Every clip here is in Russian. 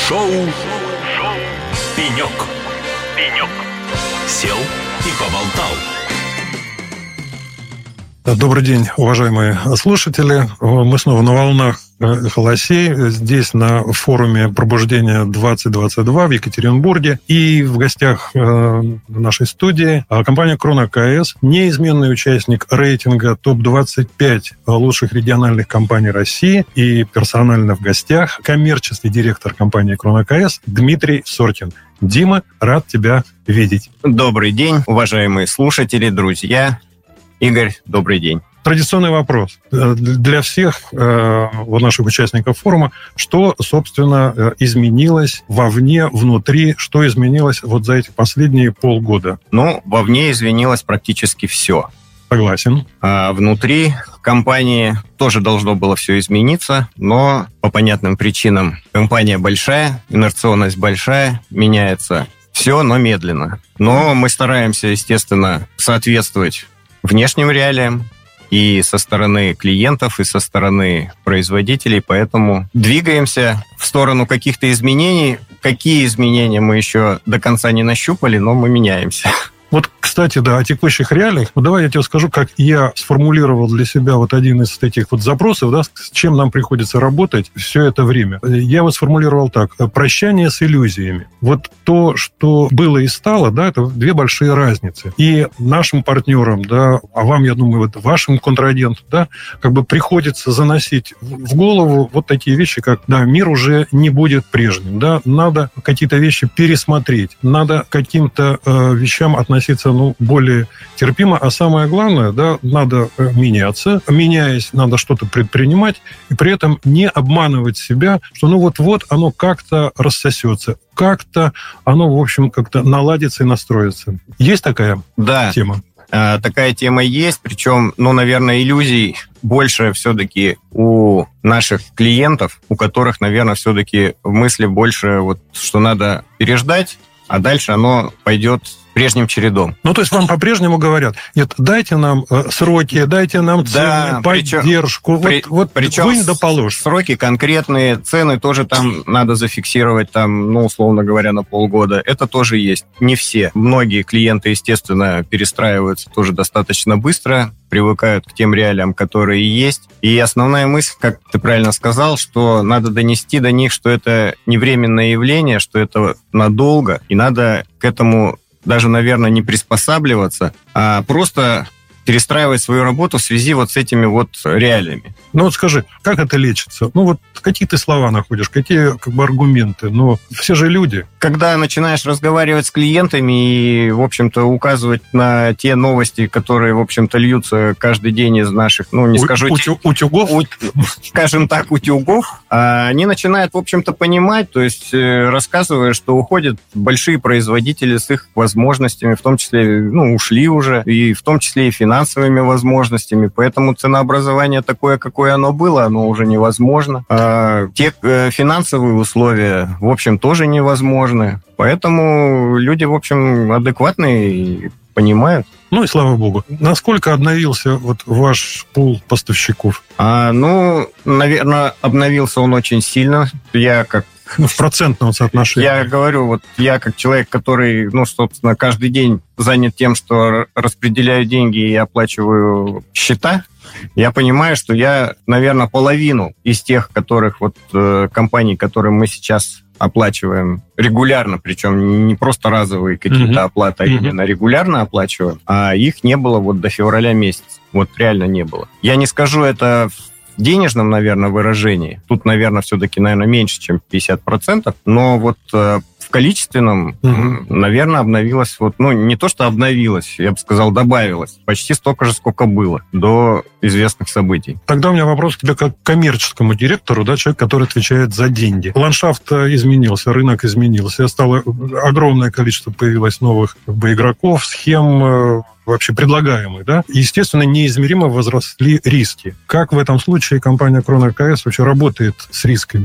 Пенек. Сел и поболтал. Добрый день, уважаемые слушатели. Мы снова на волнах «Голосей» здесь на форуме «Пробуждение 2022» в Екатеринбурге. И в гостях нашей студии компания «Крона КС», неизменный участник рейтинга ТОП-25 лучших региональных компаний России. И персонально в гостях коммерческий директор компании «Крона КС» Дмитрий Соркин. Дима, рад тебя видеть. Добрый день, уважаемые слушатели, друзья. Игорь, добрый день. Традиционный вопрос для всех наших участников форума. Что, собственно, изменилось вовне, внутри? Что изменилось вот за эти последние полгода? Вовне изменилось практически все. Согласен. А внутри компании тоже должно было все измениться, но по понятным причинам компания большая, инерционность большая, меняется все, но медленно. Но мы стараемся, естественно, соответствовать внешним реалиям и со стороны клиентов, и со стороны производителей, поэтому двигаемся в сторону каких-то изменений. Какие изменения мы еще до конца не нащупали, но мы меняемся. Вот, кстати, о текущих реалиях. Давай я тебе скажу, как я сформулировал для себя один из этих запросов, с чем нам приходится работать все это время. Я сформулировал так. Прощание с иллюзиями. Вот то, что было и стало, это две большие разницы. И нашим партнерам, а вам, я думаю, вашим контрагентам, приходится заносить в голову такие вещи, как, мир уже не будет прежним, надо какие-то вещи пересмотреть, надо к каким-то вещам относиться более терпимо, а самое главное, надо меняться. Меняясь, надо что-то предпринимать, и при этом не обманывать себя, что вот-вот оно как-то рассосется, как-то оно, в общем, как-то наладится и настроится. Есть такая тема? Такая тема есть, причем, наверное, иллюзий больше все-таки у наших клиентов, у которых, наверное, все-таки в мысли больше, что надо переждать, а дальше оно пойдет прежним чередом. То есть вам по-прежнему говорят, нет, дайте нам сроки, дайте нам цены, поддержку. Причем вы доположь. Сроки конкретные, цены тоже там надо зафиксировать, условно говоря, на полгода. Это тоже есть. Не все. Многие клиенты, естественно, перестраиваются тоже достаточно быстро, привыкают к тем реалиям, которые есть. И основная мысль, как ты правильно сказал, что надо донести до них, что это не временное явление, что это надолго, и надо к этому даже, наверное, не приспосабливаться, а просто перестраивать свою работу в связи с этими реалиями. Скажи, как это лечится? Какие ты слова находишь, какие аргументы? Все же люди. Когда начинаешь разговаривать с клиентами и, в общем-то, указывать на те новости, которые, в общем-то, льются каждый день из наших, утюгов? Скажем так, утюгов, они начинают, в общем-то, понимать, то есть рассказывая, что уходят большие производители с их возможностями, в том числе, ушли уже, и в том числе и финансовыми возможностями, поэтому ценообразование такое, какое оно было, оно уже невозможно. Те финансовые условия, в общем, тоже невозможны. Поэтому люди, в общем, адекватные и понимают. И слава богу. Насколько обновился ваш пул поставщиков? Наверное, обновился он очень сильно. Я как в процентном соотношении. Я говорю, я как человек, который, собственно, каждый день занят тем, что распределяю деньги и оплачиваю счета, я понимаю, что я, наверное, половину из тех, компаний, которым мы сейчас оплачиваем регулярно, причем не просто разовые какие-то оплаты, а именно регулярно оплачиваем, а их не было до февраля месяца. Реально не было. Я не скажу это в денежном, наверное, выражении. Тут, наверное, все-таки, меньше, чем 50%, но в количественном, наверное, обновилось, не то, что обновилось, я бы сказал, добавилось почти столько же, сколько было до известных событий. Тогда у меня вопрос к тебе как к коммерческому директору, человек, который отвечает за деньги. Ландшафт изменился, рынок изменился, стало огромное количество, появилось новых игроков, схем, вообще предлагаемых, естественно, неизмеримо возросли риски. Как в этом случае компания «Крона КС» вообще работает с рисками?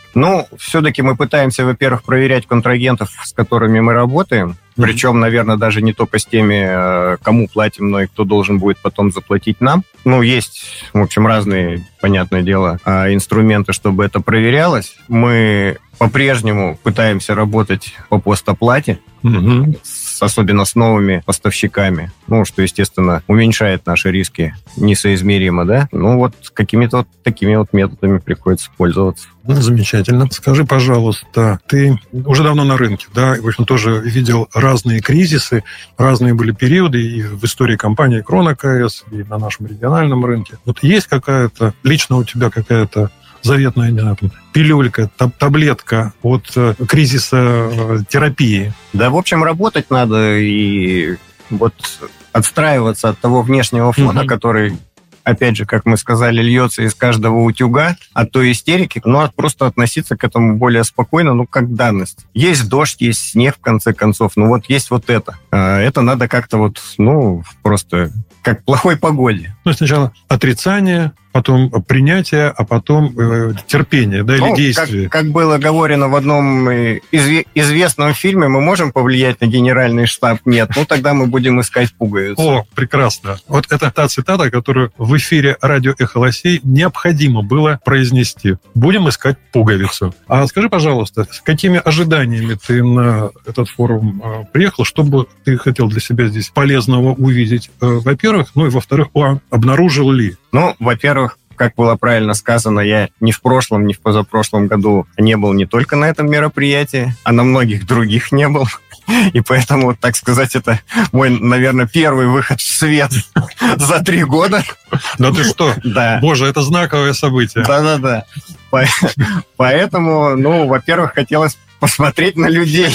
Ну, все-таки мы пытаемся, во-первых, проверять контрагентов, с которыми мы работаем. Причем, наверное, даже не только с теми, кому платим, но и кто должен будет потом заплатить нам. Ну, есть, в общем, разные, понятное дело, инструменты, чтобы это проверялось. Мы по-прежнему пытаемся работать по постоплате, особенно с новыми поставщиками. Ну, что, естественно, уменьшает наши риски несоизмеримо, да? Ну, вот какими-то вот такими вот методами приходится пользоваться. Замечательно. Скажи, пожалуйста, ты уже давно на рынке, да, в общем, тоже видел разные кризисы, разные были периоды и в истории компании Крона КС, и на нашем региональном рынке. Вот есть какая-то, лично у тебя какая-то заветная, не знаю, пилюлька, таблетка от кризиса терапии? Да, в общем, работать надо и вот отстраиваться от того внешнего фона, который, опять же, как мы сказали, льется из каждого утюга, от той истерики, но просто относиться к этому более спокойно, ну, как данность. Есть дождь, есть снег, в конце концов, ну, вот есть вот это. Это надо как-то вот, ну, просто как в плохой погоде. Ну, сначала отрицание, потом принятие, а потом терпение, да, или действие. Как было говорено в одном известном фильме, мы можем повлиять на генеральный штаб? Нет. Ну, тогда мы будем искать пуговицу. О, прекрасно. Вот это та цитата, которую в эфире радио «Эхо Лосей» необходимо было произнести. Будем искать пуговицу. А скажи, пожалуйста, с какими ожиданиями ты на этот форум приехал? Что бы ты хотел для себя здесь полезного увидеть, во-первых? Ну и, во-вторых, обнаружил ли? Ну, во-первых, как было правильно сказано, я ни в прошлом, ни в позапрошлом году не был не только на этом мероприятии, а на многих других не был. И поэтому, так сказать, это мой, наверное, первый выход в свет за 3 года. Да ты что? Да. Боже, это знаковое событие. Да-да-да. Поэтому, ну, во-первых, хотелось посмотреть на людей,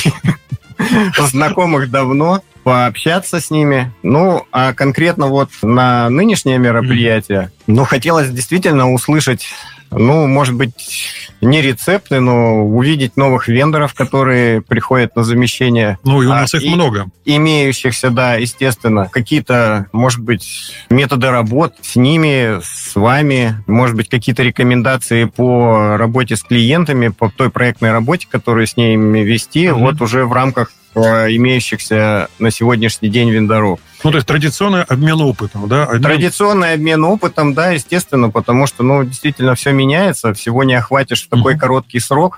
знакомых давно, пообщаться с ними. Ну, а конкретно вот на нынешнее мероприятие, ну, хотелось действительно услышать, ну, может быть, не рецепты, но увидеть новых вендоров, которые приходят на замещение. Ну, и у нас их много. Имеющихся, да, естественно. Какие-то, может быть, методы работ с ними, с вами, может быть, какие-то рекомендации по работе с клиентами, по той проектной работе, которую с ними вести, вот уже в рамках имеющихся на сегодняшний день вендоров. Ну, то есть традиционный обмен опытом, да? Традиционный обмен опытом, да, естественно, потому что, ну, действительно, все меняется, всего не охватишь в такой короткий срок.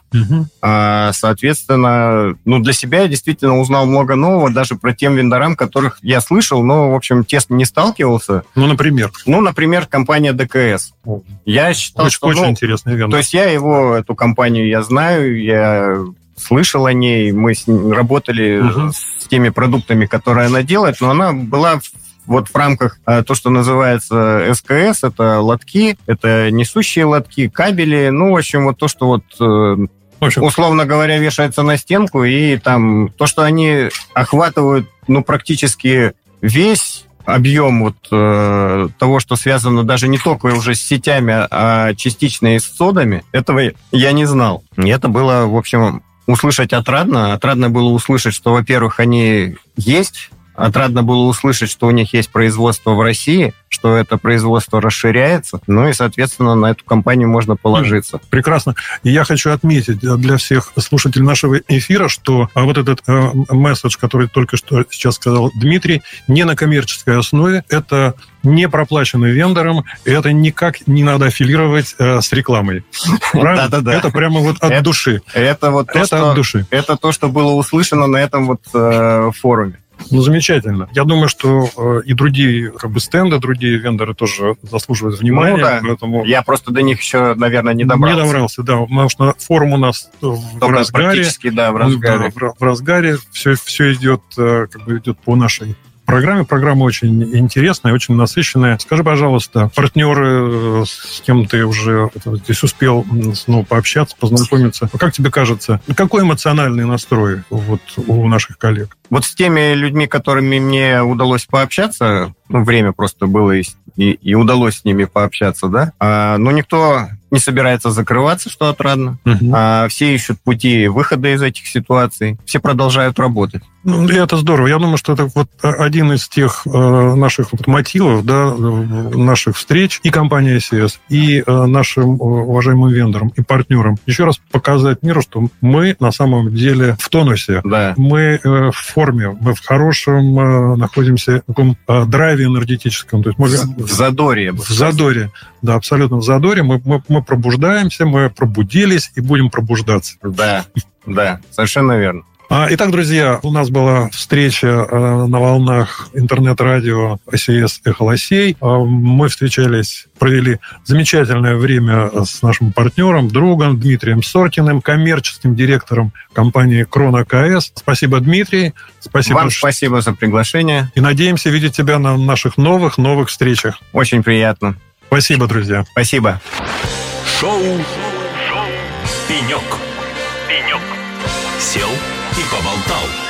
Соответственно, ну, для себя я действительно узнал много нового, даже про тем вендорам, которых я слышал, но, в общем, тесно не сталкивался. Ну, например? Ну, например, компания ДКС. Я считал, что... Очень интересный вендор. То есть я эту компанию я знаю, я слышал о ней, мы с ней работали с теми продуктами, которые она делает, но она была вот в рамках то, что называется СКС, это лотки, это несущие лотки, кабели, ну, в общем, вот то, что вот, условно говоря, вешается на стенку, и там то, что они охватывают, ну, практически весь объем вот того, что связано даже не только уже с сетями, а частично и с содами, этого я не знал. И это было, в общем, услышать отрадно. Отрадно было услышать, что, во-первых, они есть. Отрадно было услышать, что у них есть производство в России, что это производство расширяется. Ну и, соответственно, на эту компанию можно положиться. Прекрасно. И я хочу отметить для всех слушателей нашего эфира, что вот этот месседж, который только что сейчас сказал Дмитрий, не на коммерческой основе. Это не проплаченный вендором, и это никак не надо аффилировать с рекламой. Да-да-да. Это прямо вот от души. Это вот от души. Это то, что было услышано на этом вот форуме. Ну, замечательно. Я думаю, что и другие стенды, другие вендоры тоже заслуживают внимания. Ну, да. Поэтому... Я просто до них еще, наверное, не добрался. Не добрался, да. Потому что форум у нас в разгаре. Практически, да, в разгаре. Да, в разгаре. Все идет, идет по нашей программе. Программа очень интересная, очень насыщенная. Скажи, пожалуйста, партнеры, с кем ты уже здесь успел пообщаться, познакомиться, как тебе кажется, какой эмоциональный настрой вот у наших коллег? Вот с теми людьми, которыми мне удалось пообщаться, время просто было и удалось с ними пообщаться, да, но никто не собирается закрываться, что отрадно. Все ищут пути выхода из этих ситуаций, все продолжают работать. Ну, и это здорово. Я думаю, что это вот один из тех наших вот мотивов, да, наших встреч и компании СС, и нашим уважаемым вендорам, и партнерам. Еще раз показать миру, что мы на самом деле в тонусе. Да. Мы в форме, мы в хорошем находимся в таком драйве энергетическом. То есть мы в задоре. В задоре. Да, абсолютно в задоре. Мы пробуждаемся, мы пробудились и будем пробуждаться. Да, совершенно верно. Итак, друзья, у нас была встреча на волнах интернет-радио СС «Эхо Лосей». Мы встречались, провели замечательное время с нашим партнером, другом Дмитрием Сортиным, коммерческим директором компании «Крона КС». Спасибо, Дмитрий. Спасибо. Вам спасибо за приглашение. И надеемся видеть тебя на наших новых встречах. Очень приятно. Спасибо, друзья. Спасибо. Шоу «Пенек». Сел и поболтал.